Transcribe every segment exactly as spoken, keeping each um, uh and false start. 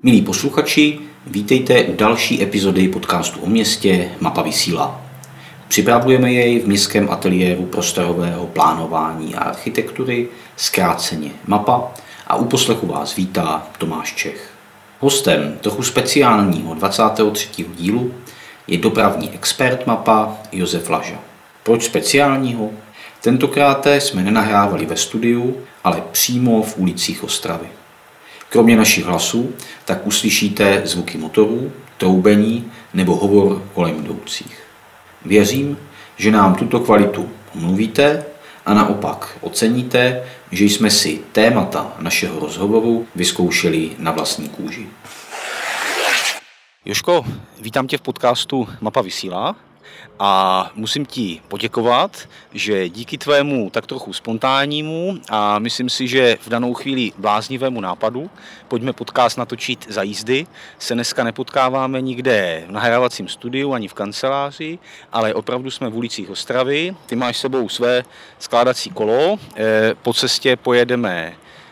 Milí posluchači, vítejte u další epizody podcastu o městě Mapa vysílá. Připravujeme jej v městském ateliéru prostorového plánování a architektury, zkráceně Mapa, a u poslechu vás vítá Tomáš Čech. Hostem trochu speciálního dvacátého třetího dílu je dopravní expert Mapa Josef Laža. Proč speciálního? Tentokrát jsme nenahrávali ve studiu, ale přímo v ulicích Ostravy. Kromě našich hlasů tak uslyšíte zvuky motorů, troubení nebo hovor kolem jdoucích. Věřím, že nám tuto kvalitu omluvíte a naopak oceníte, že jsme si témata našeho rozhovoru vyzkoušeli na vlastní kůži. Jožko, vítám tě v podcastu Mapa vysílá a musím ti poděkovat, že díky tvému tak trochu spontánnímu a myslím si, že v danou chvíli bláznivému nápadu pojďme podcast natočit za jízdy, se dneska nepotkáváme nikde v nahrávacím studiu ani v kanceláři, ale opravdu jsme v ulicích Ostravy. Ty máš s sebou své skládací kolo, po cestě pojedeme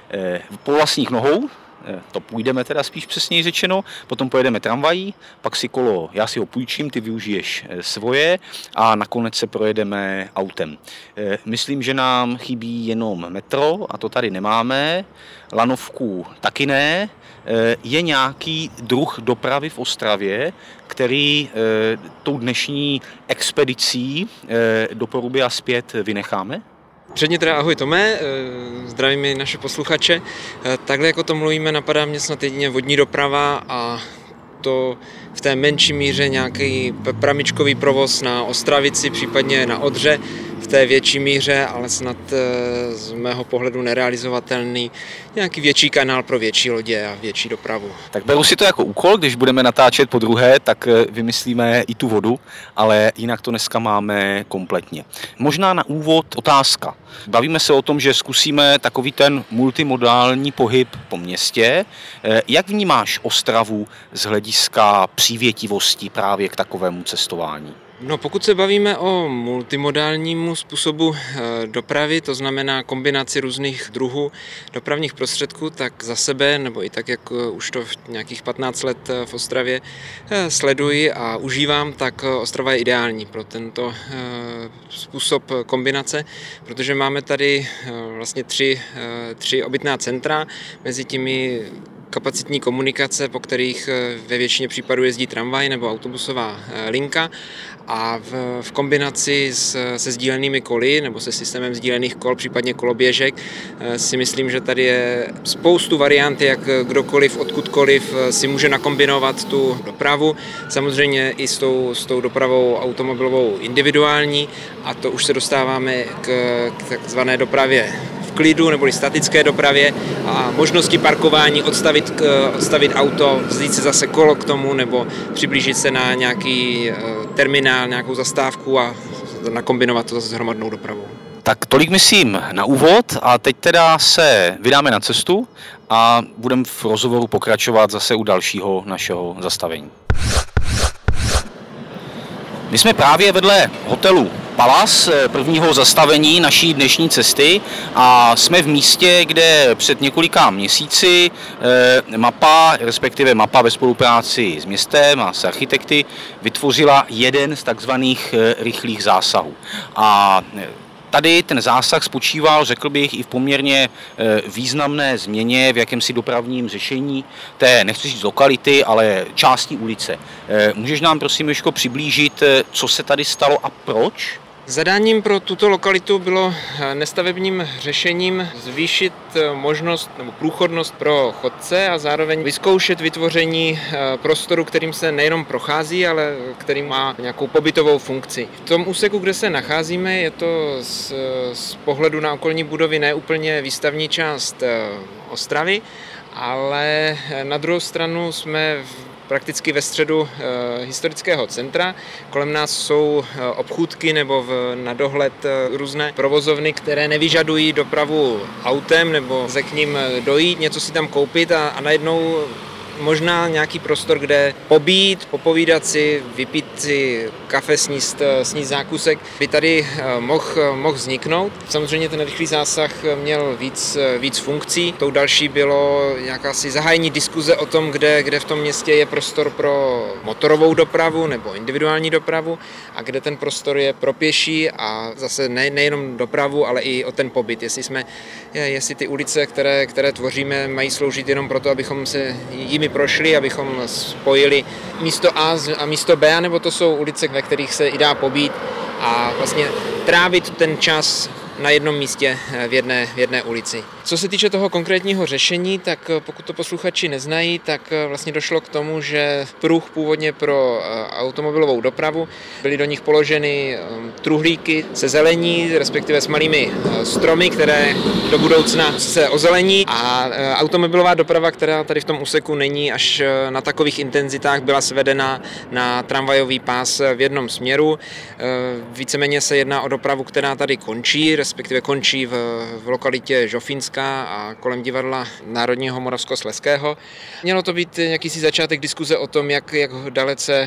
po vlastních nohou, to půjdeme teda spíš přesněji řečeno, potom pojedeme tramvají, pak si kolo, já si ho půjčím, ty využiješ svoje a nakonec se projedeme autem. Myslím, že nám chybí jenom metro a to tady nemáme, lanovku taky ne. Je nějaký druh dopravy v Ostravě, který tou dnešní expedicí do Poruby a zpět vynecháme? Předně teda ahoj Tome, zdravím i naše posluchače. Takhle jako to mluvíme, napadá mě snad jedině vodní doprava a to v té menší míře nějaký pramičkový provoz na Ostravici, případně na Odře, v té větší míře, ale snad z mého pohledu nerealizovatelný nějaký větší kanál pro větší lodě a větší dopravu. Tak beru si to jako úkol, když budeme natáčet po druhé, tak vymyslíme i tu vodu, ale jinak to dneska máme kompletně. Možná na úvod otázka. Bavíme se o tom, že zkusíme takový ten multimodální pohyb po městě. Jak vnímáš Ostravu z hlediska přívětivosti právě k takovému cestování? No, pokud se bavíme o multimodálnímu způsobu dopravy, to znamená kombinaci různých druhů dopravních prostředků, tak za sebe, nebo i tak, jak už to v nějakých patnáct let v Ostravě sleduji a užívám, tak Ostrava je ideální pro tento způsob kombinace, protože máme tady vlastně tři, tři obytná centra, mezi těmi kapacitní komunikace, po kterých ve většině případů jezdí tramvaj nebo autobusová linka, a v, v kombinaci s, se sdílenými koly nebo se systémem sdílených kol, případně koloběžek, si myslím, že tady je spoustu variant, jak kdokoliv, odkudkoliv si může nakombinovat tu dopravu. Samozřejmě i s tou, s tou dopravou automobilovou individuální, a to už se dostáváme k, k takzvané dopravě v klidu neboli statické dopravě a možnosti parkování, odstavit, odstavit auto, vzít si zase kolo k tomu nebo přiblížit se na nějaký terminál, nějakou zastávku a nakombinovat to zase s hromadnou dopravou. Tak tolik myslím na úvod a teď teda se vydáme na cestu a budeme v rozhovoru pokračovat zase u dalšího našeho zastavení. My jsme právě vedle hotelu Palas, prvního zastavení naší dnešní cesty, a jsme v místě, kde před několika měsíci Mapa, respektive Mapa ve spolupráci s městem a s architekty vytvořila jeden z takzvaných rychlých zásahů. A tady ten zásah spočíval, řekl bych, i v poměrně významné změně v jakémsi dopravním řešení té, nechci říct lokality, ale části ulice. Můžeš nám prosím, Jožko, přiblížit, co se tady stalo a proč? Zadáním pro tuto lokalitu bylo nestavebním řešením zvýšit možnost nebo průchodnost pro chodce a zároveň vyzkoušet vytvoření prostoru, kterým se nejenom prochází, ale který má nějakou pobytovou funkci. V tom úseku, kde se nacházíme, je to z, z pohledu na okolní budovy neúplně výstavní část Ostravy, ale na druhou stranu jsme v prakticky ve středu e, historického centra. Kolem nás jsou e, obchůdky nebo v, na dohled e, různé provozovny, které nevyžadují dopravu autem nebo se k ním dojít, něco si tam koupit a, a najednou možná nějaký prostor, kde pobít, popovídat si, vypít si kafe, sníst, sníst zákusek, by tady mohl, mohl vzniknout. Samozřejmě ten rychlý zásah měl víc, víc funkcí. Tou další bylo jakási zahájení diskuze o tom, kde, kde v tom městě je prostor pro motorovou dopravu nebo individuální dopravu a kde ten prostor je pro pěší a zase ne, nejenom dopravu, ale i o ten pobyt. Jestli, jsme, jestli ty ulice, které, které tvoříme, mají sloužit jenom proto, abychom se jimi prošli, abychom spojili místo A a místo B, nebo to jsou ulice, ve kterých se i dá pobít a vlastně trávit ten čas na jednom místě v jedné, v jedné ulici. Co se týče toho konkrétního řešení, tak pokud to posluchači neznají, tak vlastně došlo k tomu, že pruh původně pro automobilovou dopravu, byly do nich položeny truhlíky se zelení, respektive s malými stromy, které do budoucna se ozelení a automobilová doprava, která tady v tom úseku není až na takových intenzitách, byla svedena na tramvajový pás v jednom směru. Víceméně se jedná o dopravu, která tady končí, respektive končí v, v lokalitě Žofínská a kolem divadla Národního Moravskoslezského. Mělo to být jakýsi začátek diskuze o tom, jak, jak dalece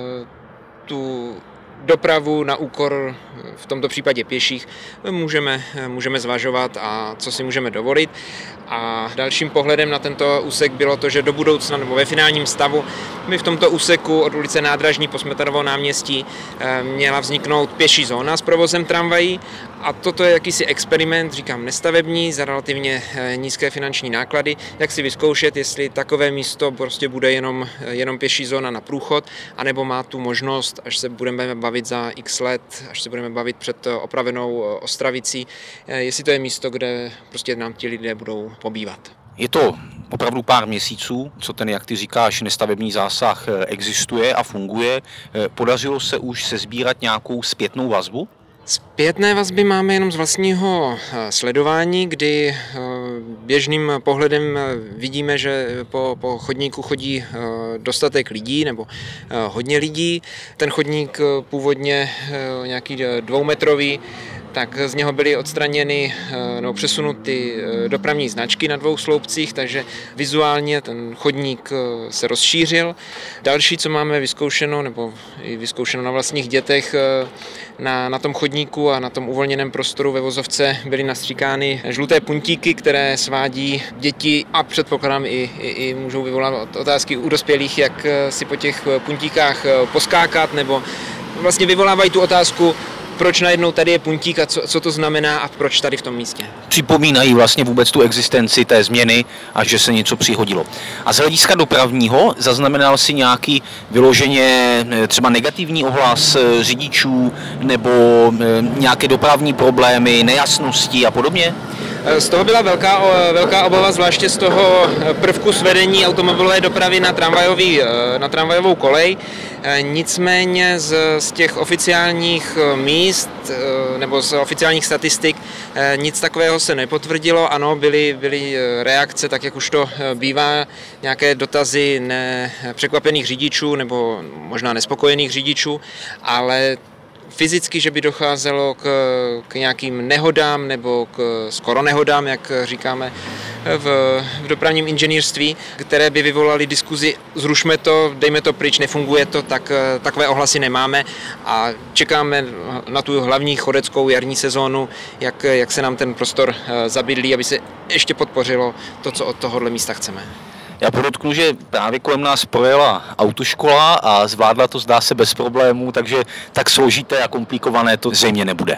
tu dopravu na úkor, v tomto případě pěších, můžeme, můžeme zvažovat a co si můžeme dovolit. A dalším pohledem na tento úsek bylo to, že do budoucna nebo ve finálním stavu by v tomto úseku od ulice Nádražní po Smetanovo náměstí měla vzniknout pěší zóna s provozem tramvají. A toto je jakýsi experiment, říkám nestavební, za relativně nízké finanční náklady, jak si vyzkoušet, jestli takové místo prostě bude jenom, jenom pěší zóna na průchod, anebo má tu možnost, až se budeme bavit za x let, až se budeme bavit před opravenou Ostravicí, jestli to je místo, kde prostě nám ti lidé budou pobývat. Je to opravdu pár měsíců, co ten, jak ty říkáš, nestavební zásah existuje a funguje. Podařilo se už sesbírat nějakou zpětnou vazbu? Zpětné vazby máme jenom z vlastního sledování, kdy běžným pohledem vidíme, že po, po chodníku chodí dostatek lidí nebo hodně lidí. Ten chodník původně nějaký dvoumetrový, tak z něho byly odstraněny nebo přesunuty dopravní značky na dvou sloupcích, takže vizuálně ten chodník se rozšířil. Další, co máme vyzkoušeno, nebo i vyzkoušeno na vlastních dětech, na, na tom chodníku a na tom uvolněném prostoru ve vozovce byly nastříkány žluté puntíky, které svádí děti a předpokládám i, i, i můžou vyvolat otázky u dospělých, jak si po těch puntíkách poskákat, nebo vlastně vyvolávají tu otázku, proč najednou tady je puntík a co, co to znamená a proč tady v tom místě. Připomínají vlastně vůbec tu existenci té změny a že se něco přihodilo. A z hlediska dopravního zaznamenal si nějaký vyloženě třeba negativní ohlas řidičů nebo nějaké dopravní problémy, nejasnosti a podobně? Z toho byla velká, velká obava, zvláště z toho prvku svedení automobilové dopravy na, tramvajový, na tramvajovou kolej. Nicméně z, z těch oficiálních míst nebo z oficiálních statistik nic takového se nepotvrdilo. Ano, byly, byly reakce, tak jak už to bývá, nějaké dotazy nepřekvapených řidičů nebo možná nespokojených řidičů, ale fyzicky, že by docházelo k, k nějakým nehodám nebo k skoro nehodám, jak říkáme v, v dopravním inženýrství, které by vyvolaly diskuzi, zrušme to, dejme to pryč, nefunguje to, tak takové ohlasy nemáme a čekáme na tu hlavní chodeckou jarní sezónu, jak, jak se nám ten prostor zabydlí, aby se ještě podpořilo to, co od tohohle místa chceme. Já podotknu, že právě kolem nás projela autoškola a zvládla to, zdá se, bez problémů, takže tak složité a komplikované to zřejmě nebude.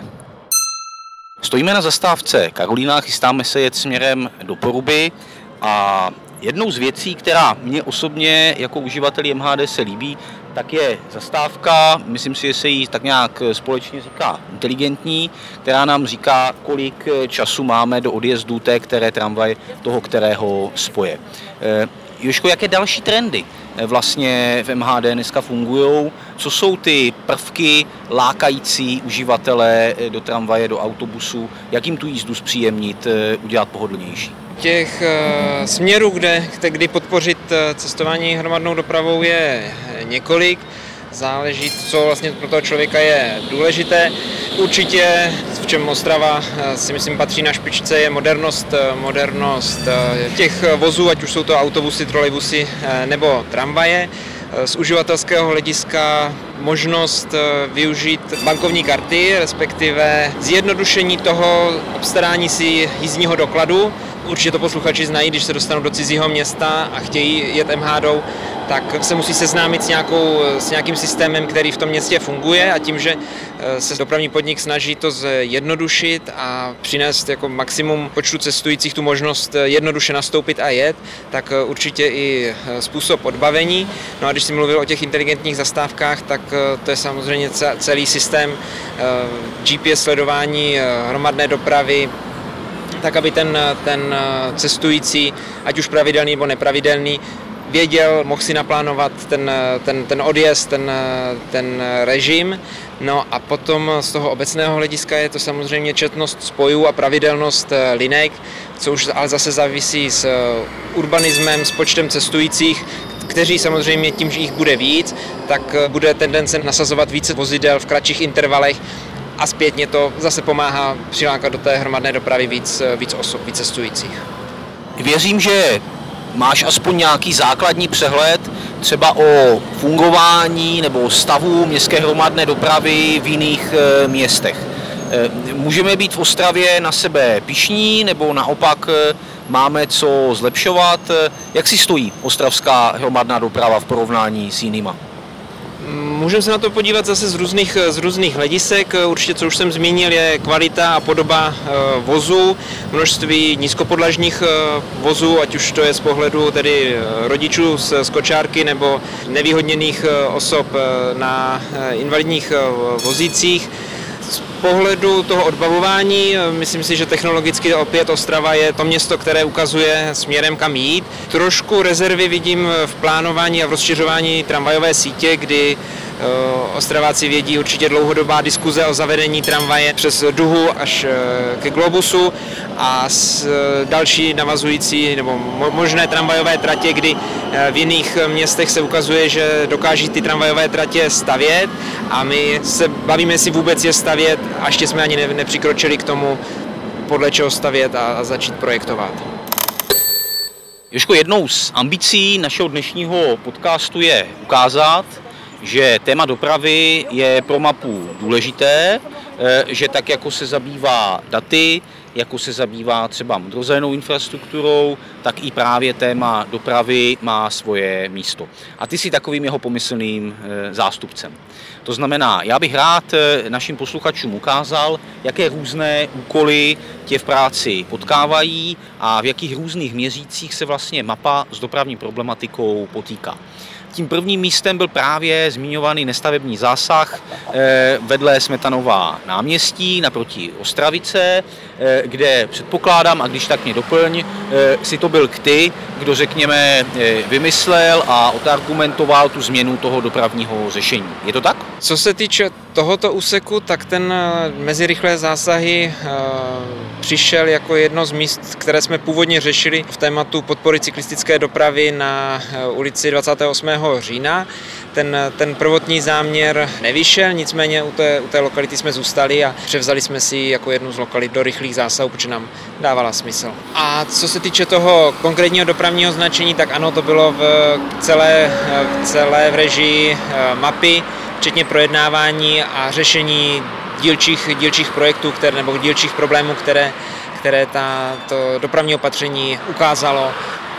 Stojíme na zastávce Karolína, chystáme se jet směrem do Poruby a jednou z věcí, která mě osobně jako uživateli M H D se líbí, tak je zastávka, myslím si, že se jí tak nějak společně říká inteligentní, která nám říká, kolik času máme do odjezdu té které tramvaje, toho kterého spoje. Jožko, jaké další trendy vlastně v M H D dneska fungují? Co jsou ty prvky lákající uživatele do tramvaje, do autobusu? Jak jim tu jízdu zpříjemnit, udělat pohodlnější? Těch e, směrů, kde, kdy podpořit cestování hromadnou dopravou, je několik. Záleží, co vlastně pro toho člověka je důležité. Určitě v v čem Ostrava si myslím patří na špičce, je modernost, modernost těch vozů, ať už jsou to autobusy, trolejbusy nebo tramvaje. Z uživatelského hlediska možnost využít bankovní karty, respektive zjednodušení toho obstarání si jízdního dokladu. Určitě to posluchači znají, když se dostanou do cizího města a chtějí jet em há dou, tak se musí seznámit s, nějakou, s nějakým systémem, který v tom městě funguje, a tím, že se dopravní podnik snaží to zjednodušit a přinést jako maximum počtu cestujících tu možnost jednoduše nastoupit a jet, tak určitě i způsob odbavení. No a když jsi mluvil o těch inteligentních zastávkách, tak to je samozřejmě celý systém G P S sledování hromadné dopravy, tak aby ten, ten cestující, ať už pravidelný nebo nepravidelný, věděl, mohl si naplánovat ten, ten, ten odjezd, ten, ten režim. No a potom z toho obecného hlediska je to samozřejmě četnost spojů a pravidelnost linek, co už ale zase závisí s urbanismem, s počtem cestujících, kteří samozřejmě tím, že jich bude víc, tak bude tendence nasazovat více vozidel v kratších intervalech, a zpětně to zase pomáhá přilákat do té hromadné dopravy víc, víc osob, víc cestujících. Věřím, že máš aspoň nějaký základní přehled třeba o fungování nebo stavu městské hromadné dopravy v jiných e, městech. E, můžeme být v Ostravě na sebe pyšní, nebo naopak e, máme co zlepšovat? E, jak si stojí ostravská hromadná doprava v porovnání s jinýma? Můžeme se na to podívat zase z různých, z různých hledisek. Určitě, co už jsem zmínil, je kvalita a podoba vozů, množství nízkopodlažních vozů, ať už to je z pohledu tedy rodičů z, z kočárky nebo nevýhodněných osob na invalidních vozících. Z pohledu toho odbavování, myslím si, že technologicky opět Ostrava je to město, které ukazuje směrem, kam jít. Trošku rezervy vidím v plánování a v rozšiřování tramvajové sítě, kdy Ostraváci vědí určitě dlouhodobá diskuze o zavedení tramvaje přes Duhu až ke Globusu a s další navazující nebo možné tramvajové tratě, kdy v jiných městech se ukazuje, že dokáží ty tramvajové tratě stavět a my se bavíme, jestli vůbec je stavět, a ještě jsme ani nepřikročili k tomu, podle čeho stavět a, a začít projektovat. Jožko, jednou z ambicí našeho dnešního podcastu je ukázat, že téma dopravy je pro mapu důležité, že tak jako se zabývá daty, jako se zabývá třeba modrozelenou infrastrukturou, tak i právě téma dopravy má svoje místo. A ty jsi takovým jeho pomyslným zástupcem. To znamená, já bych rád našim posluchačům ukázal, jaké různé úkoly tě v práci potkávají a v jakých různých měřících se vlastně mapa s dopravní problematikou potýká. Tím prvním místem byl právě zmiňovaný nestavební zásah vedle Smetanova náměstí naproti Ostravice, kde předpokládám, a když tak mě doplň, si to byl ty, kdo řekněme vymyslel a odargumentoval tu změnu toho dopravního řešení. Je to tak? Co se týče tohoto úseku, tak ten mezirychlé zásahy přišel jako jedno z míst, které jsme původně řešili v tématu podpory cyklistické dopravy na ulici dvacátého osmého října. Ten, ten prvotní záměr nevyšel, nicméně u té, u té lokality jsme zůstali a převzali jsme si jako jednu z lokalit do rychlých zásahů, protože nám dávala smysl. A co se týče toho konkrétního dopravního značení, tak ano, to bylo v celé, v celé v režii mapy, včetně projednávání a řešení dílčích, dílčích projektů, které, nebo dílčích problémů, které, které ta, to dopravní opatření ukázalo.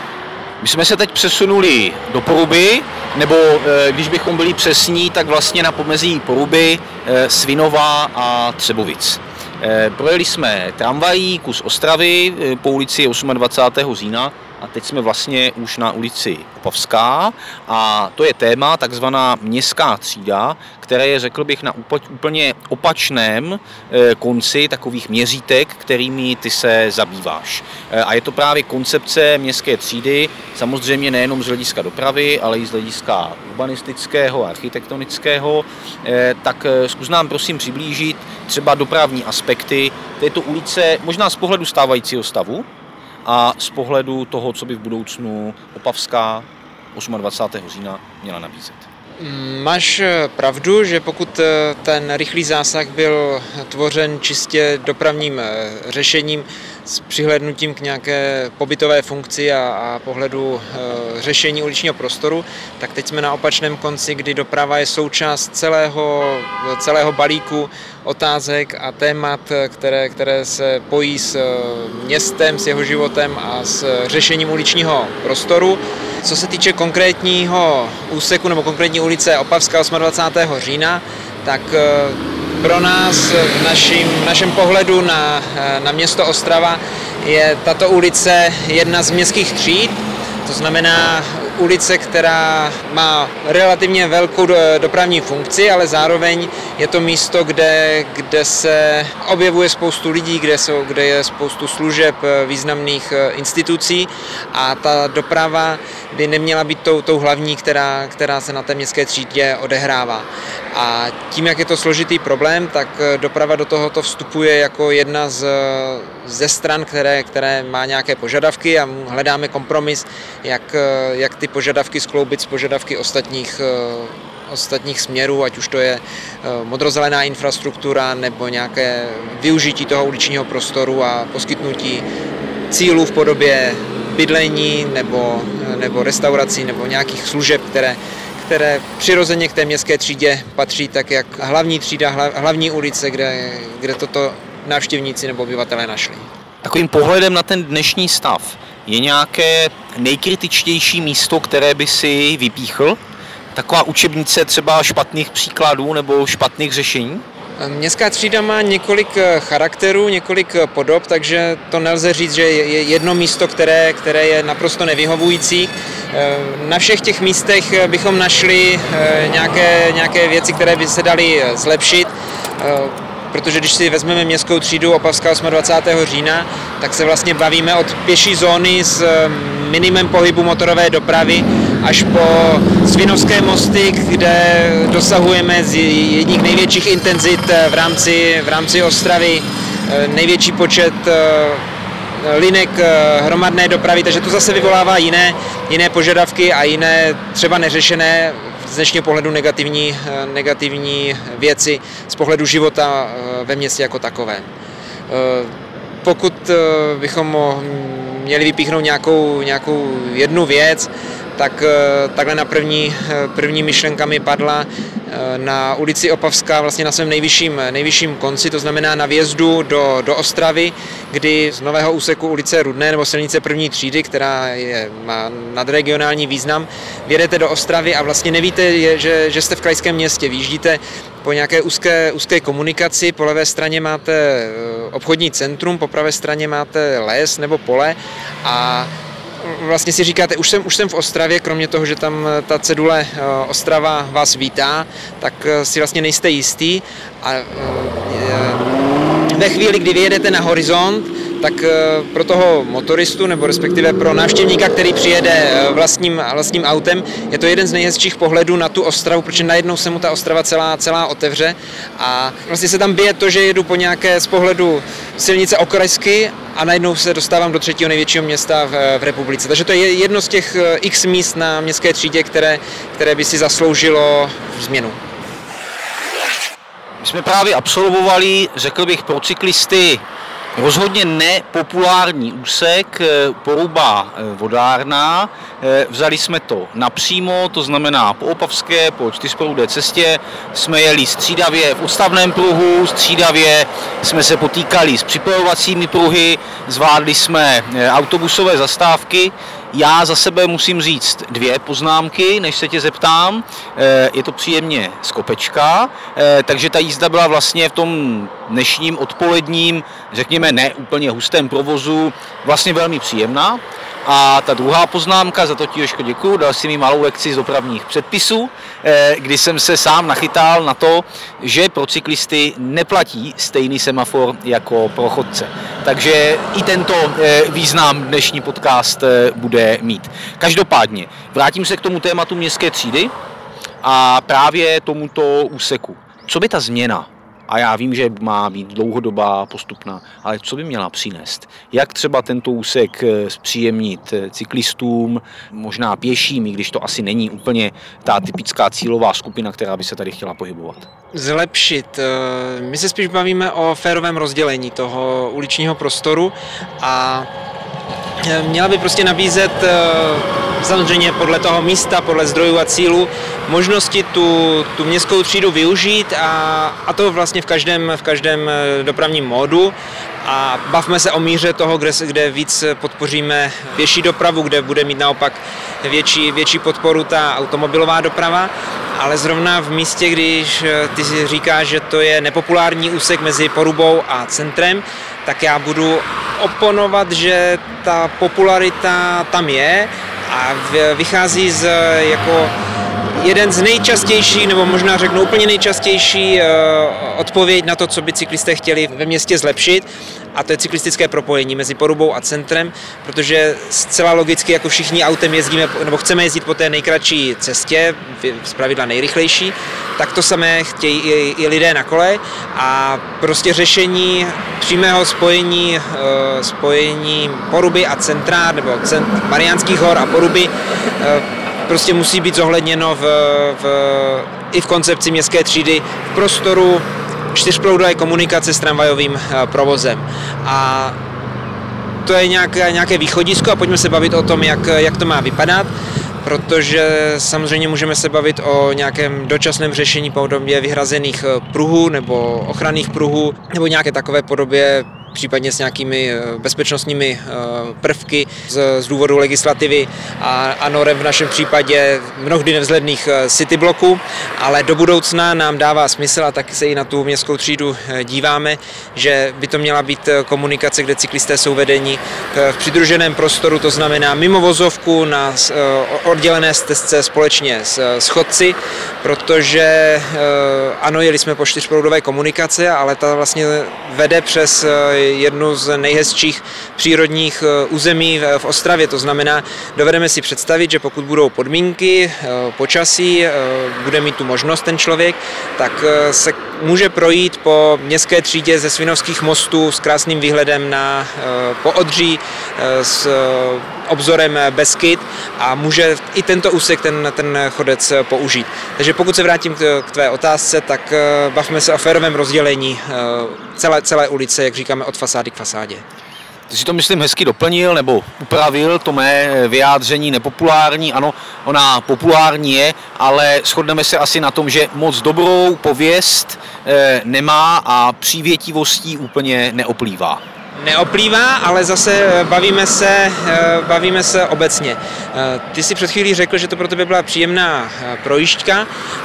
My jsme se teď přesunuli do Poruby, nebo když bychom byli přesní, tak vlastně na pomezí Poruby, Svinova a Třebovic. Projeli jsme tramvají, kus Ostravy po ulici dvacátého osmého října a teď jsme vlastně už na ulici Opavská a to je téma takzvaná městská třída, které je, řekl bych, na úplně opačném konci takových měřítek, kterými ty se zabýváš. A je to právě koncepce městské třídy, samozřejmě nejenom z hlediska dopravy, ale i z hlediska urbanistického, architektonického. Tak zkus nám prosím přiblížit třeba dopravní aspekty této ulice, možná z pohledu stávajícího stavu, a z pohledu toho, co by v budoucnu Opavská dvacátého osmého října měla nabízet. Máš pravdu, že pokud ten rychlý zásah byl tvořen čistě dopravním řešením s přihlédnutím k nějaké pobytové funkci a, a pohledu e, řešení uličního prostoru, tak teď jsme na opačném konci, kdy doprava je součást celého, celého balíku otázek a témat, které, které se pojí s městem, s jeho životem a s řešením uličního prostoru. Co se týče konkrétního úseku nebo konkrétní ulice Opavská dvacátého osmého října, tak pro nás v našim, v našem pohledu na, na město Ostrava je tato ulice jedna z městských tříd, to znamená ulice, která má relativně velkou dopravní funkci, ale zároveň je to místo, kde, kde se objevuje spoustu lidí, kde, jsou, kde je spoustu služeb významných institucí a ta doprava by neměla být tou, tou hlavní, která, která se na té městské třídě odehrává. A tím, jak je to složitý problém, tak doprava do tohoto vstupuje jako jedna z, ze stran, které, které má nějaké požadavky a hledáme kompromis, jak, jak ty požadavky skloubit s požadavky ostatních, ostatních směrů, ať už to je modrozelená infrastruktura nebo nějaké využití toho uličního prostoru a poskytnutí cílů v podobě bydlení nebo, nebo restaurací nebo nějakých služeb, které které přirozeně k té městské třídě patří, tak jak hlavní třída, hlavní ulice, kde, kde toto návštěvníci nebo obyvatelé našli. Takovým pohledem na ten dnešní stav je nějaké nejkritičtější místo, které by si vypíchl? Taková učebnice třeba špatných příkladů nebo špatných řešení? Městská třída má několik charakterů, několik podob, takže to nelze říct, že je jedno místo, které, které je naprosto nevyhovující. Na všech těch místech bychom našli nějaké, nějaké věci, které by se daly zlepšit, protože když si vezmeme městskou třídu Opavská dvacátého osmého října, tak se vlastně bavíme od pěší zóny s minimem pohybu motorové dopravy až po Svinovské mosty, kde dosahujeme z jedních největších intenzit v rámci, v rámci Ostravy, největší počet linek hromadné dopravy, takže to zase vyvolává jiné, jiné požadavky a jiné třeba neřešené z dnešního pohledu negativní, negativní věci z pohledu života ve městě jako takovém. Pokud bychom měli vypíchnout nějakou, nějakou jednu věc, tak takhle na první, první myšlenka mi padla na ulici Opavská, vlastně na svém nejvyšším, nejvyšším konci, to znamená na vjezdu do, do Ostravy, kdy z nového úseku ulice Rudné nebo silnice první třídy, která je, má nadregionální význam, vjedete do Ostravy a vlastně nevíte, že, že jste v krajském městě. Vyjíždíte po nějaké úzké, úzké komunikaci, po levé straně máte obchodní centrum, po pravé straně máte les nebo pole a vlastně si říkáte, už jsem, už jsem v Ostravě, kromě toho, že tam ta cedule Ostrava vás vítá, tak si vlastně nejste jistý a ve chvíli, kdy vyjedete na horizont, tak pro toho motoristu nebo respektive pro návštěvníka, který přijede vlastním, vlastním autem, je to jeden z nejhezčích pohledů na tu Ostravu, protože najednou se mu ta Ostrava celá, celá otevře a vlastně se tam bije to, že jedu po nějaké z pohledu silnice okrajsky a najednou se dostávám do třetího největšího města v, v republice. Takže to je jedno z těch x míst na městské třídě, které, které by si zasloužilo změnu. My jsme právě absolvovali, řekl bych, pro cyklisty rozhodně nepopulární úsek Poruba Vodárna. Vzali jsme to napřímo, to znamená po Opavské, po čtyřproudé cestě. Jsme jeli střídavě v odstavném pruhu, střídavě jsme se potýkali s připojovacími pruhy, zvládli jsme autobusové zastávky. Já za sebe musím říct dvě poznámky, než se tě zeptám. Je to příjemně z kopečka, takže ta jízda byla vlastně v tom dnešním odpoledním, řekněme ne úplně hustém provozu, vlastně velmi příjemná. A ta druhá poznámka, za to ti Jožko děkuju, dal si mi malou lekci z dopravních předpisů, kdy jsem se sám nachytal na to, že pro cyklisty neplatí stejný semafor jako pro chodce. Takže i tento význam dnešní podcast bude mít. Každopádně, vrátím se k tomu tématu městské třídy a právě tomuto úseku. Co by ta změna a já vím, že má být dlouhodobá, postupná, ale co by měla přinést? Jak třeba tento úsek zpříjemnit cyklistům, možná pěším, i když to asi není úplně ta typická cílová skupina, která by se tady chtěla pohybovat? Zlepšit. My se spíš bavíme o férovém rozdělení toho uličního prostoru a měla by prostě nabízet samozřejmě podle toho místa, podle zdrojů a cílů možnosti tu, tu městskou třídu využít a, a to vlastně v každém, v každém dopravním módu. A bavme se o míře toho, kde, kde víc podpoříme pěší dopravu, kde bude mít naopak větší, větší podporu ta automobilová doprava. Ale zrovna v místě, když ty si říkáš, že to je nepopulární úsek mezi Porubou a centrem, tak já budu oponovat, že ta popularita tam je a vychází z jako jeden z nejčastějších, nebo možná řeknu úplně nejčastější odpověď na to, co by cyklisté chtěli ve městě zlepšit, a to je cyklistické propojení mezi Porubou a centrem, protože zcela logicky, jako všichni autem jezdíme, nebo chceme jezdit po té nejkratší cestě, zpravidla nejrychlejší, tak to samé chtějí i, i lidé na kole a prostě řešení přímého spojení, spojení Poruby a centra, nebo cent, Mariánských hor a Poruby, prostě musí být zohledněno v, v, i v koncepci městské třídy v prostoru čtyřproudové komunikace s tramvajovým provozem. A to je nějaké, nějaké východisko a pojďme se bavit o tom, jak, jak to má vypadat, protože samozřejmě můžeme se bavit o nějakém dočasném řešení podobě vyhrazených pruhů nebo ochranných pruhů nebo nějaké takové podobě, případně s nějakými bezpečnostními prvky z, z důvodu legislativy a, a norem v našem případě mnohdy nevzhledných city bloků, ale do budoucna nám dává smysl a taky se i na tu městskou třídu díváme, že by to měla být komunikace, kde cyklisté jsou vedeni v přidruženém prostoru, to znamená mimo vozovku na oddělené stezce společně s, s chodci, protože ano, jeli jsme po čtyřproudové komunikace, ale ta vlastně vede přes jednu z nejhezčích přírodních území v Ostravě. To znamená, dovedeme si představit, že pokud budou podmínky, počasí, bude mít tu možnost ten člověk, tak se může projít po městské třídě ze Svinovských mostů s krásným výhledem na Poodří, s obzorem Beskyd a může i tento úsek ten, ten chodec použít. Takže pokud se vrátím k tvé otázce, tak bavme se o férovém rozdělení celé, celé ulice, jak říkáme, od fasády k fasádě. Ty si to, myslím, hezky doplnil nebo upravil to mé vyjádření nepopulární. Ano, ona populární je, ale shodneme se asi na tom, že moc dobrou pověst e, nemá a přívětivostí úplně neoplývá. Neoplývá, ale zase bavíme se, bavíme se obecně. Ty si před chvílí řekl, že to pro tebe byla příjemná projížďka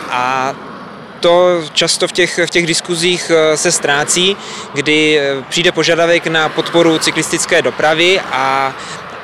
a to často v těch, v těch diskuzích se ztrácí, kdy přijde požadavek na podporu cyklistické dopravy a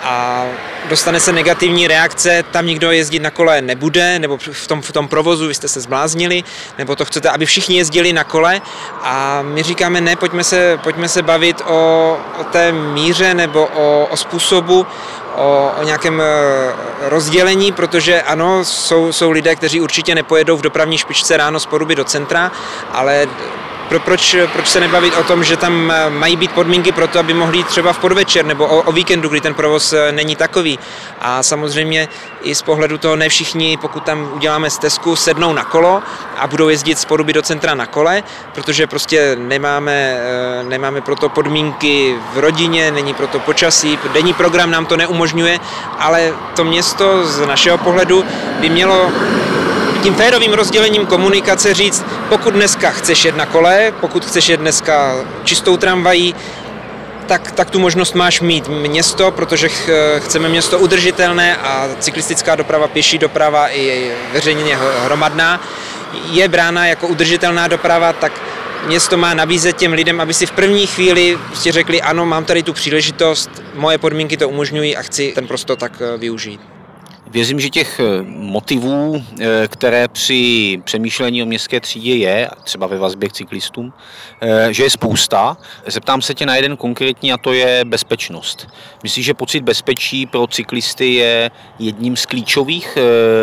a dostane se negativní reakce, tam nikdo jezdit na kole nebude, nebo v tom, v tom provozu vy jste se zbláznili, nebo to chcete, aby všichni jezdili na kole a my říkáme ne, pojďme se, pojďme se bavit o, o té míře nebo o, o způsobu, o, o nějakém rozdělení, protože ano, jsou, jsou lidé, kteří určitě nepojedou v dopravní špičce ráno z Poruby do centra, ale Pro, proč, proč se nebavit o tom, že tam mají být podmínky pro to, aby mohli jít třeba v podvečer nebo o, o víkendu, kdy ten provoz není takový. A samozřejmě i z pohledu toho ne všichni, pokud tam uděláme stezku, sednou na kolo a budou jezdit z Poruby do centra na kole, protože prostě nemáme, nemáme pro to podmínky v rodině, není pro to počasí, denní program nám to neumožňuje, ale to město z našeho pohledu by mělo tím férovým rozdělením komunikace říct, pokud dneska chceš jet na kole, pokud chceš jet dneska čistou tramvají, tak, tak tu možnost máš mít město, protože ch, chceme město udržitelné a cyklistická doprava, pěší doprava i veřejně hromadná je brána jako udržitelná doprava, tak město má nabízet těm lidem, aby si v první chvíli prostě řekli, ano, mám tady tu příležitost, moje podmínky to umožňují a chci ten prostor tak využít. Věřím, že těch motivů, které při přemýšlení o městské třídě je, třeba ve vazbě k cyklistům, že je spousta. Zeptám se tě na jeden konkrétní a to je bezpečnost. Myslíš, že pocit bezpečí pro cyklisty je jedním z klíčových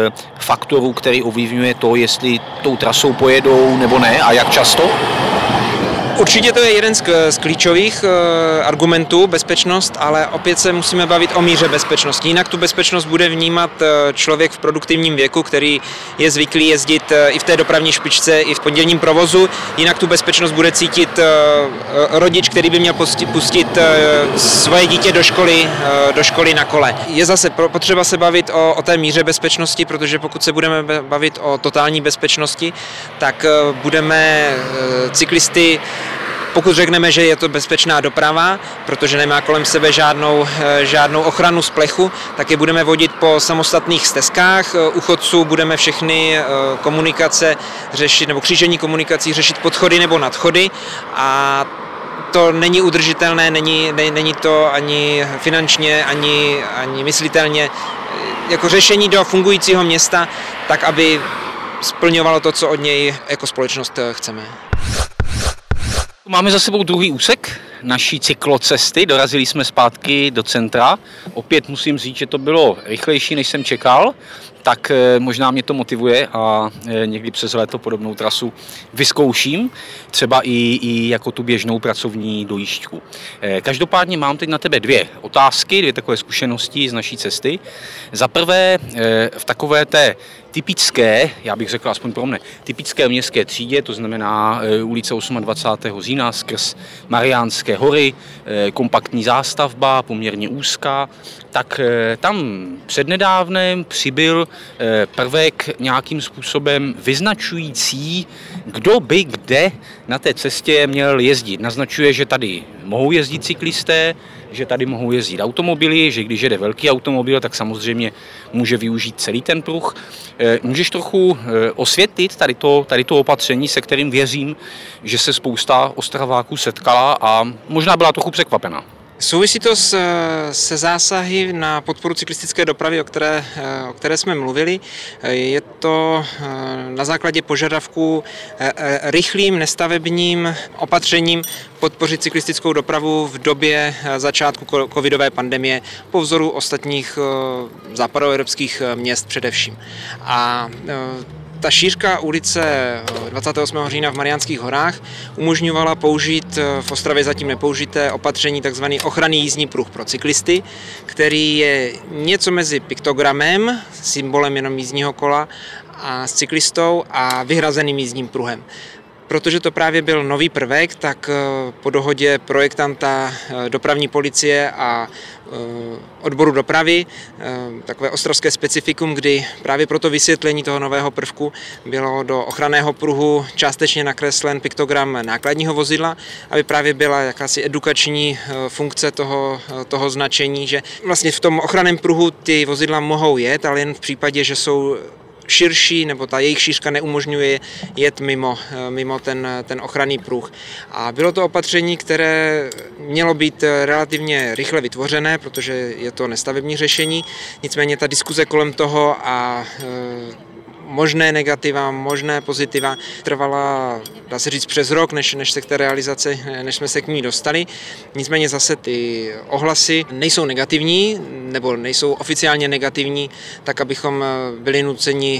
faktorů, který ovlivňuje to, jestli tou trasou pojedou nebo ne a jak často? Určitě to je jeden z, z klíčových e, argumentů, bezpečnost, ale opět se musíme bavit o míře bezpečnosti. Jinak tu bezpečnost bude vnímat e, člověk v produktivním věku, který je zvyklý jezdit e, i v té dopravní špičce, i v pondělním provozu. Jinak tu bezpečnost bude cítit e, rodič, který by měl pustit, pustit e, svoje dítě do školy, e, do školy na kole. Je zase potřeba se bavit o, o té míře bezpečnosti, protože pokud se budeme bavit o totální bezpečnosti, tak e, budeme e, cyklisty. Pokud řekneme, že je to bezpečná doprava, protože nemá kolem sebe žádnou, žádnou ochranu z plechu, tak je budeme vodit po samostatných stezkách. U chodců budeme všechny komunikace řešit, nebo křížení komunikací řešit podchody nebo nadchody a to není udržitelné, není, ne, není to ani finančně, ani, ani myslitelně jako řešení do fungujícího města, tak aby splňovalo to, co od něj jako společnost chceme. Máme za sebou druhý úsek naší cyklocesty, dorazili jsme zpátky do centra. Opět musím říct, že to bylo rychlejší, než jsem čekal, tak možná mě to motivuje a někdy přes léto podobnou trasu vyzkouším, třeba i, i jako tu běžnou pracovní dojížďku. Každopádně mám teď na tebe dvě otázky, dvě takové zkušenosti z naší cesty. Za prvé v takové té typické, já bych řekl aspoň pro mne, typické městské třídě, to znamená ulice dvacátého osmého října skrz Mariánské hory, kompaktní zástavba, poměrně úzká, tak tam přednedávnem přibyl prvek nějakým způsobem vyznačující, kdo by kde na té cestě měl jezdit. Naznačuje, že tady mohou jezdit cyklisté, že tady mohou jezdit automobily, že když jede velký automobil, tak samozřejmě může využít celý ten pruh. Můžeš trochu osvětlit tady to, tady to opatření, se kterým věřím, že se spousta Ostraváků setkala a možná byla trochu překvapena. Souvisí to s, se zásahy na podporu cyklistické dopravy, o které, o které jsme mluvili. Je to na základě požadavků rychlým nestavebním opatřením podpořit cyklistickou dopravu v době začátku covidové pandemie po vzoru ostatních západoevropských měst především. A ta šířka ulice dvacátého osmého října v Mariánských horách umožňovala použít v Ostravě zatím nepoužité opatření tzv. Ochranný jízdní pruh pro cyklisty, který je něco mezi piktogramem, symbolem jenom jízdního kola, a s cyklistou a vyhrazeným jízdním pruhem. Protože to právě byl nový prvek, tak po dohodě projektanta, dopravní policie a odboru dopravy, takové ostravské specifikum, kdy právě pro to vysvětlení toho nového prvku bylo do ochranného pruhu částečně nakreslen piktogram nákladního vozidla, aby právě byla jakási edukační funkce toho, toho značení, že vlastně v tom ochranném pruhu ty vozidla mohou jet, ale jen v případě, že jsou širší, nebo ta jejich šířka neumožňuje jet mimo, mimo ten, ten ochranný pruh. A bylo to opatření, které mělo být relativně rychle vytvořené, protože je to nestavební řešení, nicméně ta diskuze kolem toho a e, možné negativa, možné pozitiva trvala, dá se říct, přes rok, než, než se k té realizaci, než jsme se k ní dostali. Nicméně zase ty ohlasy nejsou negativní, nebo nejsou oficiálně negativní, tak abychom byli nuceni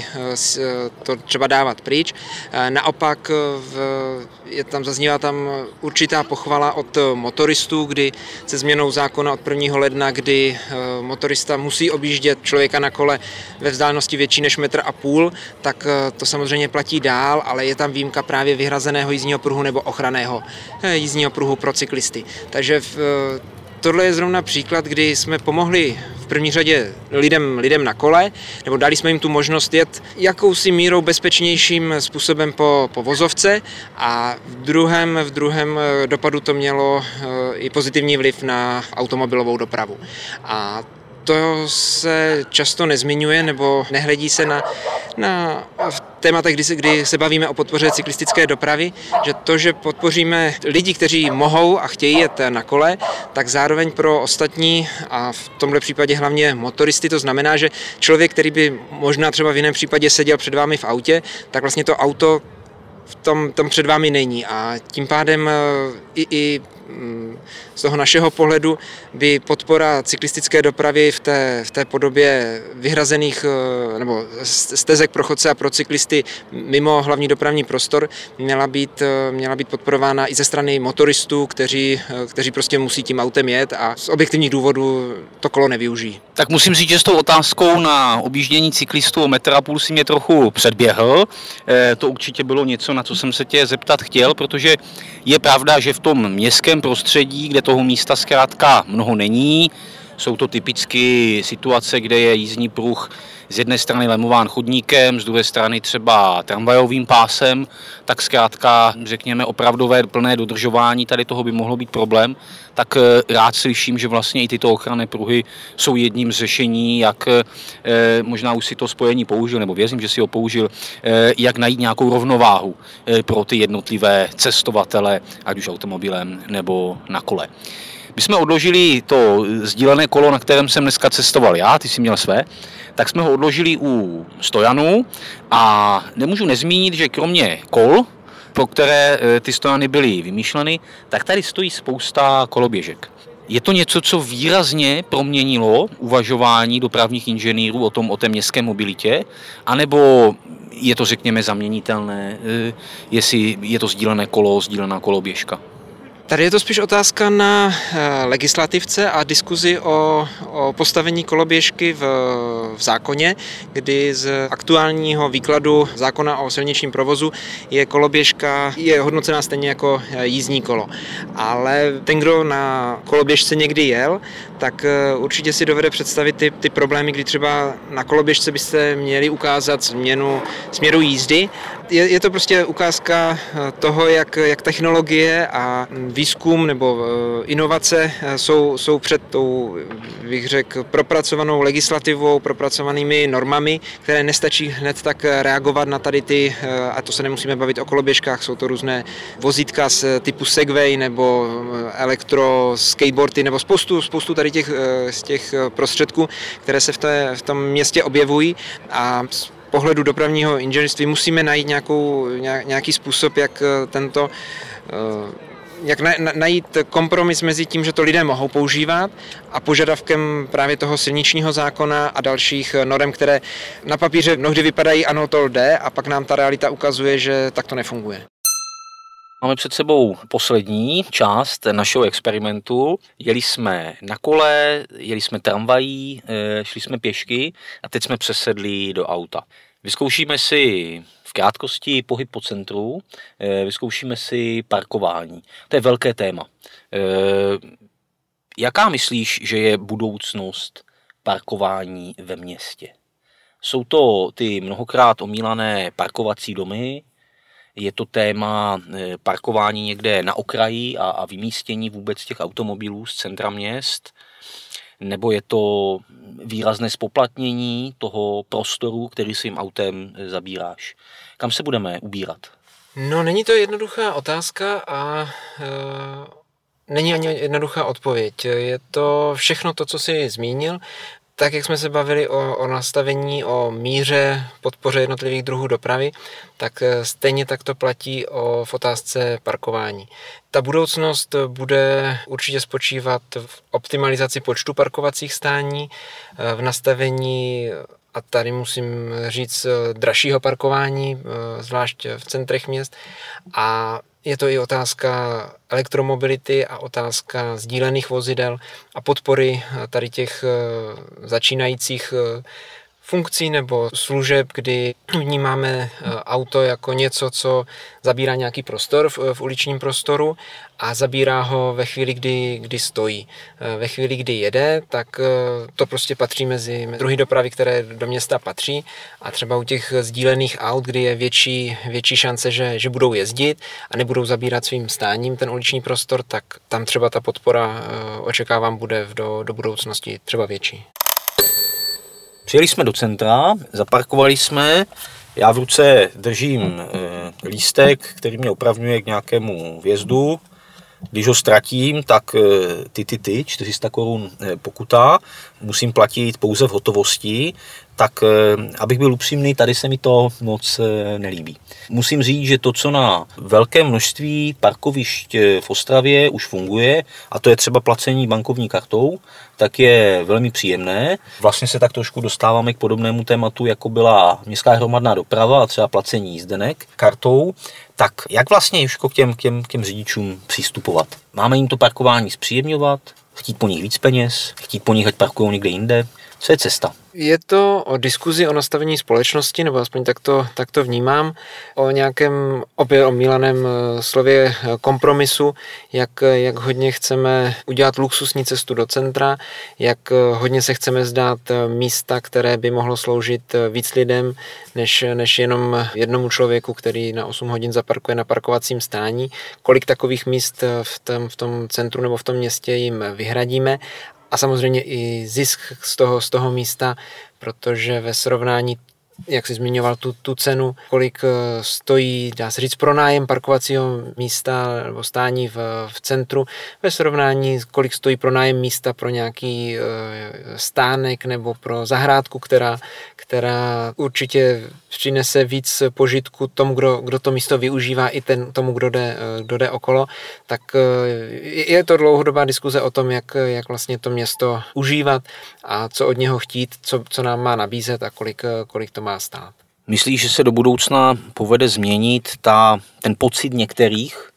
to třeba dávat pryč. Naopak v, je tam, zaznívá tam určitá pochvala od motoristů, kdy se změnou zákona od prvního ledna, kdy motorista musí objíždět člověka na kole ve vzdálenosti větší než metr a půl, tak to samozřejmě platí dál, ale je tam výjimka právě vyhrazeného jízdního pruhu nebo ochranného jízdního pruhu pro cyklisty. Takže v, tohle je zrovna příklad, kdy jsme pomohli v první řadě lidem, lidem na kole, nebo dali jsme jim tu možnost jet jakousi mírou bezpečnějším způsobem po, po vozovce a v druhém, v druhém dopadu to mělo i pozitivní vliv na automobilovou dopravu. A to se často nezmiňuje nebo nehledí se na, na v tématech, kdy se, kdy se bavíme o podpoře cyklistické dopravy, že to, že podpoříme lidi, kteří mohou a chtějí jet na kole, tak zároveň pro ostatní a v tomhle případě hlavně motoristy to znamená, že člověk, který by možná třeba v jiném případě seděl před vámi v autě, tak vlastně to auto v tom, tom před vámi není a tím pádem i, i z toho našeho pohledu by podpora cyklistické dopravy v té, v té podobě vyhrazených nebo stezek pro chodce a pro cyklisty mimo hlavní dopravní prostor měla být, měla být podporována i ze strany motoristů, kteří, kteří prostě musí tím autem jet a z objektivních důvodů to kolo nevyužijí. Tak musím říct, že s tou otázkou na objíždění cyklistů o metr a půl si mě trochu předběhl. E, to určitě bylo něco, na co jsem se tě zeptat chtěl, protože je pravda, že v tom městském prostředí, kde toho místa zkrátka mnoho není, jsou to typicky situace, kde je jízdní pruh z jedné strany lemován chodníkem, z druhé strany třeba tramvajovým pásem, tak zkrátka, řekněme, opravdové plné dodržování tady toho by mohlo být problém, tak rád slyším, že vlastně i tyto ochranné pruhy jsou jedním z řešení, jak možná už si to spojení použil, nebo věřím, že si ho použil, jak najít nějakou rovnováhu pro ty jednotlivé cestovatele, ať už automobilem nebo na kole. My jsme odložili to sdílené kolo, na kterém jsem dneska cestoval já, ty jsi měl své, tak jsme ho odložili u stojanu a nemůžu nezmínit, že kromě kol, pro které ty stojany byly vymýšleny, tak tady stojí spousta koloběžek. Je to něco, co výrazně proměnilo uvažování dopravních inženýrů o tom, o té městské mobilitě, anebo je to, řekněme, zaměnitelné, jestli je to sdílené kolo, sdílená koloběžka? Tady je to spíš otázka na legislativce a diskuzi o, o postavení koloběžky v, v zákoně, kdy z aktuálního výkladu zákona o silničním provozu je koloběžka je hodnocená stejně jako jízdní kolo. Ale ten, kdo na koloběžce někdy jel, tak určitě si dovede představit ty, ty problémy, kdy třeba na koloběžce byste měli ukázat změnu směru jízdy. Je, je to prostě ukázka toho, jak, jak technologie a výzkum nebo inovace jsou, jsou před tou, bych řekl, propracovanou legislativou, propracovanými normami, které nestačí hned tak reagovat na tady ty, a to se nemusíme bavit o koloběžkách, jsou to různé vozítka z typu Segway nebo elektro skateboardy nebo spoustu, spoustu tady těch, z těch prostředků, které se v, té, v tom městě objevují a z pohledu dopravního inženýrství musíme najít nějakou, nějaký způsob, jak tento jak najít kompromis mezi tím, že to lidé mohou používat a požadavkem právě toho silničního zákona a dalších norem, které na papíře mnohdy vypadají, ano, to jde, a pak nám ta realita ukazuje, že tak to nefunguje. Máme před sebou poslední část našeho experimentu. Jeli jsme na kole, jeli jsme tramvají, šli jsme pěšky a teď jsme přesedli do auta. Vyzkoušíme si v krátkosti pohyb po centru, vyzkoušíme si parkování. To je velké téma. Jaká myslíš, že je budoucnost parkování ve městě? Jsou to ty mnohokrát omílané parkovací domy, je to téma parkování někde na okraji a, a vymístění vůbec těch automobilů z centra měst, nebo je to výrazné zpoplatnění toho prostoru, který svým autem zabíráš. Kam se budeme ubírat? No, není to jednoduchá otázka a e, není ani jednoduchá odpověď. Je to všechno to, co jsi zmínil. Tak, jak jsme se bavili o, o nastavení, o míře, podpoře jednotlivých druhů dopravy, tak stejně tak to platí o, v otázce parkování. Ta budoucnost bude určitě spočívat v optimalizaci počtu parkovacích stání, v nastavení, a tady musím říct, dražšího parkování, zvlášť v centrech měst, a je to i otázka elektromobility a otázka sdílených vozidel a podpory tady těch začínajících funkcí nebo služeb, kdy vnímáme auto jako něco, co zabírá nějaký prostor v, v uličním prostoru a zabírá ho ve chvíli, kdy, kdy stojí. Ve chvíli, kdy jede, tak to prostě patří mezi druhy dopravy, které do města patří, a třeba u těch sdílených aut, kdy je větší, větší šance, že, že budou jezdit a nebudou zabírat svým stáním ten uliční prostor, tak tam třeba ta podpora, očekávám, bude do, do budoucnosti třeba větší. Přijeli jsme do centra, zaparkovali jsme, já v ruce držím e, lístek, který mě opravňuje k nějakému vjezdu. Když ho ztratím, tak ty, ty, ty, čtyři sta korun pokuta, musím platit pouze v hotovosti, tak abych byl upřímný, tady se mi to moc nelíbí. Musím říct, že to, co na velké množství parkovišť v Ostravě už funguje, a to je třeba placení bankovní kartou, tak je velmi příjemné. Vlastně se tak trošku dostáváme k podobnému tématu, jako byla městská hromadná doprava a třeba placení jízdenek kartou. Tak jak vlastně Jožko k těm, k těm, k těm řidičům přístupovat? Máme jim to parkování zpříjemňovat, chtít po nich víc peněz, chtít po nich, ať parkují někde jinde? Co je cesta? Je to o diskuzi o nastavení společnosti, nebo aspoň tak to, tak to vnímám, o nějakém opět omílaném slově kompromisu, jak, jak hodně chceme udělat luxusní cestu do centra, jak hodně se chceme zdát místa, které by mohlo sloužit víc lidem, než, než jenom jednomu člověku, který na osm hodin zaparkuje na parkovacím stání. Kolik takových míst v tom, v tom centru nebo v tom městě jim vyhradíme. A samozřejmě i zisk z toho, z toho místa, protože ve srovnání, jak jsi zmiňoval tu, tu cenu, kolik stojí, dá se říct, pronájem parkovacího místa nebo stání v, v centru, ve srovnání, kolik stojí pronájem místa pro nějaký e, stánek nebo pro zahrádku, která, která určitě přinese víc požitku tomu, kdo, kdo to místo využívá, i ten, tomu, kdo jde, kdo jde okolo, tak je to dlouhodobá diskuze o tom, jak, jak vlastně to město užívat a co od něho chtít, co, co nám má nabízet a kolik, kolik to má stát. Myslíš, že se do budoucna povede změnit ta, ten pocit některých,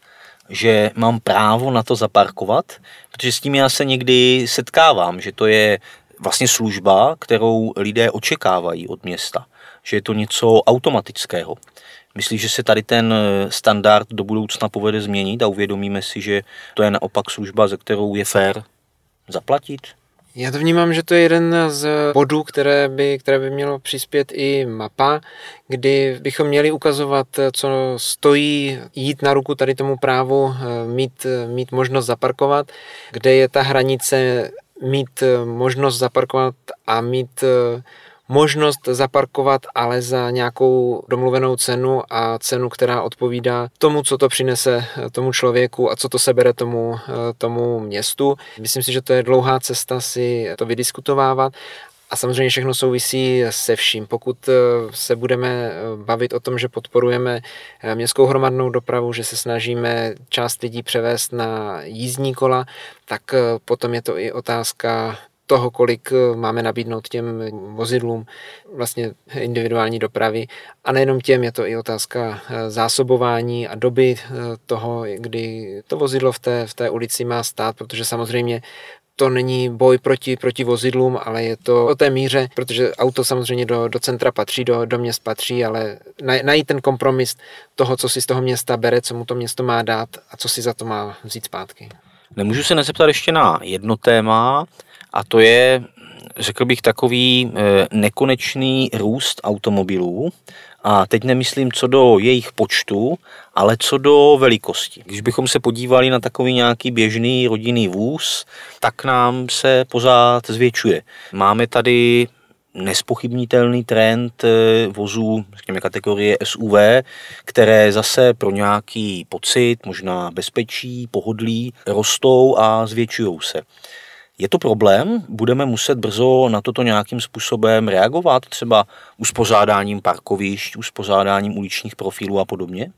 že mám právo na to zaparkovat? Protože s tím já se někdy setkávám, že to je vlastně služba, kterou lidé očekávají od města. Že je to něco automatického. Myslíš, že se tady ten standard do budoucna povede změnit a uvědomíme si, že to je naopak služba, za kterou je fér zaplatit? Já to vnímám, že to je jeden z bodů, které by, které by mělo přispět i mapa, kdy bychom měli ukazovat, co stojí jít na ruku tady tomu právu, mít, mít možnost zaparkovat, kde je ta hranice mít možnost zaparkovat a mít možnost zaparkovat, ale za nějakou domluvenou cenu a cenu, která odpovídá tomu, co to přinese tomu člověku a co to sebere tomu, tomu městu. Myslím si, že to je dlouhá cesta si to vydiskutovávat. A samozřejmě všechno souvisí se vším. Pokud se budeme bavit o tom, že podporujeme městskou hromadnou dopravu, že se snažíme část lidí převést na jízdní kola, tak potom je to i otázka toho, kolik máme nabídnout těm vozidlům vlastně individuální dopravy. A nejenom těm, je to i otázka zásobování a doby toho, kdy to vozidlo v té, v té ulici má stát, protože samozřejmě to není boj proti, proti vozidlům, ale je to o té míře, protože auto samozřejmě do, do centra patří, do, do měst patří, ale najít ten kompromis toho, co si z toho města bere, co mu to město má dát a co si za to má vzít zpátky. Nemůžu se nezeptat ještě na jedno téma, a to je, řekl bych, takový nekonečný růst automobilů. A teď nemyslím co do jejich počtu, ale co do velikosti. Když bychom se podívali na takový nějaký běžný rodinný vůz, tak nám se pořád zvětšuje. Máme tady nespochybnitelný trend vozů, řekněme kategorie S U V, které zase pro nějaký pocit, možná bezpečí, pohodlí, rostou a zvětšují se. Je to problém? Budeme muset brzo na toto nějakým způsobem reagovat, třeba uspořádáním parkovišť, uspořádáním uličních profilů a podobně?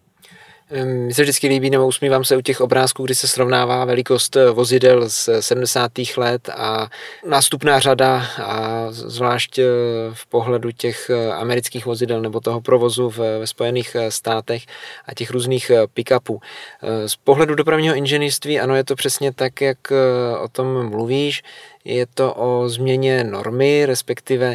Mně se vždycky líbí, nebo usmívám se u těch obrázků, kdy se srovnává velikost vozidel z sedmdesátých let a nástupná řada, a zvlášť v pohledu těch amerických vozidel nebo toho provozu ve Spojených státech a těch různých pick-upů. Z pohledu dopravního inženýrství, ano, je to přesně tak, jak o tom mluvíš. Je to o změně normy, respektive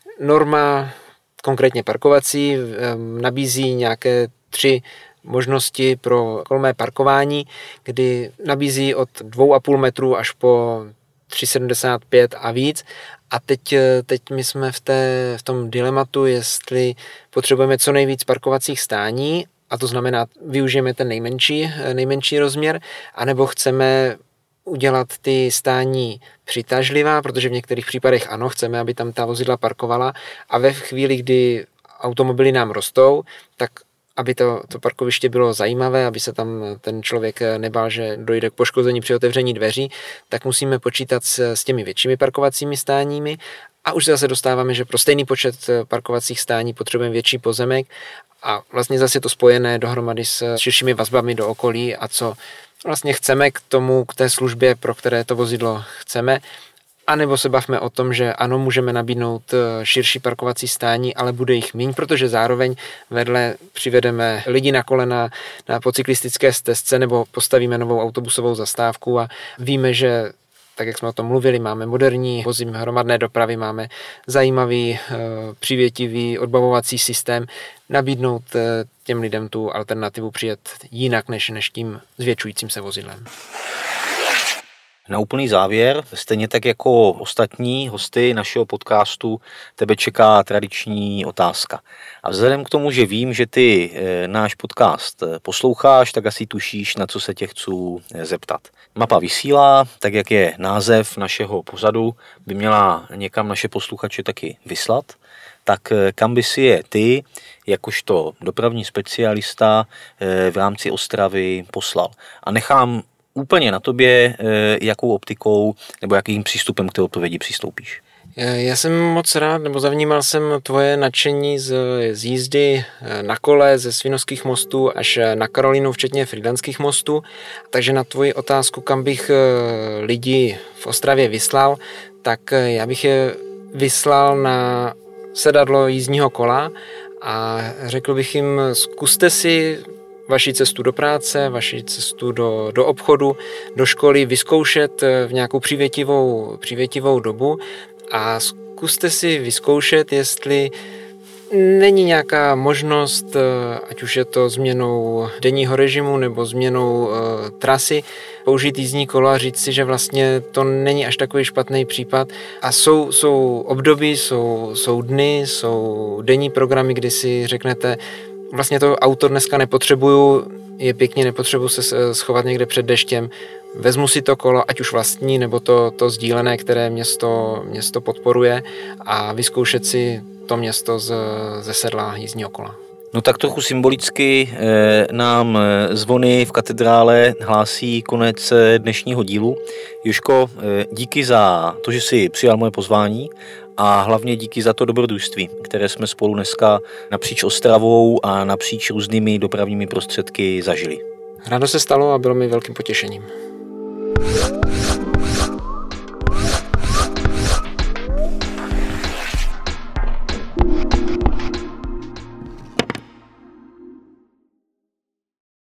norma, konkrétně parkovací, nabízí nějaké tři možnosti pro kolmé parkování, kdy nabízí od dvou a půl metru až po tři sedmdesát pět a víc. A teď, teď my jsme v, té, v tom dilematu, jestli potřebujeme co nejvíc parkovacích stání, a to znamená, využijeme ten nejmenší, nejmenší rozměr, anebo chceme udělat ty stání přitažlivá, protože v některých případech ano, chceme, aby tam ta vozidla parkovala, a ve chvíli, kdy automobily nám rostou, tak aby to, to parkoviště bylo zajímavé, aby se tam ten člověk nebál, že dojde k poškození při otevření dveří, tak musíme počítat s, s těmi většími parkovacími stáními a už zase dostáváme, že pro stejný počet parkovacích stání potřebujeme větší pozemek a vlastně zase je to spojené dohromady s širšími vazbami do okolí a co vlastně chceme k tomu, k té službě, pro které to vozidlo chceme. A nebo se bavme o tom, že ano, můžeme nabídnout širší parkovací stání, ale bude jich míň, protože zároveň vedle přivedeme lidi na kolena na po cyklistické stezce nebo postavíme novou autobusovou zastávku a víme, že tak jak jsme o tom mluvili, máme moderní vozy hromadné dopravy, máme zajímavý, přívětivý odbavovací systém, nabídnout těm lidem tu alternativu přijet jinak než, než tím zvětšujícím se vozidlem. Na úplný závěr, stejně tak jako ostatní hosty našeho podcastu, tebe čeká tradiční otázka. A vzhledem k tomu, že vím, že ty náš podcast posloucháš, tak asi tušíš, na co se tě chci zeptat. Mapa vysílá, tak jak je název našeho pořadu, by měla někam naše posluchače taky vyslat. Tak kam by si je ty, jakožto dopravní specialista v rámci Ostravy poslal? A nechám úplně na tobě, jakou optikou nebo jakým přístupem k té odpovědi přistoupíš. Já jsem moc rád, nebo zavnímal jsem tvoje nadšení z, z jízdy na kole ze Svinovských mostů až na Karolinu, včetně Frýdlantských mostů. Takže na tvoji otázku, kam bych lidi v Ostravě vyslal, tak já bych je vyslal na sedadlo jízdního kola a řekl bych jim, zkuste si vaši cestu do práce, vaši cestu do, do obchodu, do školy vyzkoušet v nějakou přívětivou, přívětivou dobu a zkuste si vyzkoušet, jestli není nějaká možnost, ať už je to změnou denního režimu nebo změnou uh, trasy, použít jízdní kolo a říct si, že vlastně to není až takový špatný případ. A jsou, jsou období, jsou, jsou dny, jsou denní programy, kdy si řeknete, vlastně to auto dneska nepotřebuju, je pěkně, nepotřebuji se schovat někde před deštěm, vezmu si to kolo, ať už vlastní, nebo to, to sdílené, které město, město podporuje a vyzkoušet si to město z, ze sedla jízdního kola. No tak trochu symbolicky eh, nám zvony v katedrále hlásí konec dnešního dílu. Jožko, eh, díky za to, že jsi přijal moje pozvání a hlavně díky za to dobrodružství, které jsme spolu dneska napříč Ostravou a napříč různými dopravními prostředky zažili. Rádo se stalo a bylo mi velkým potěšením.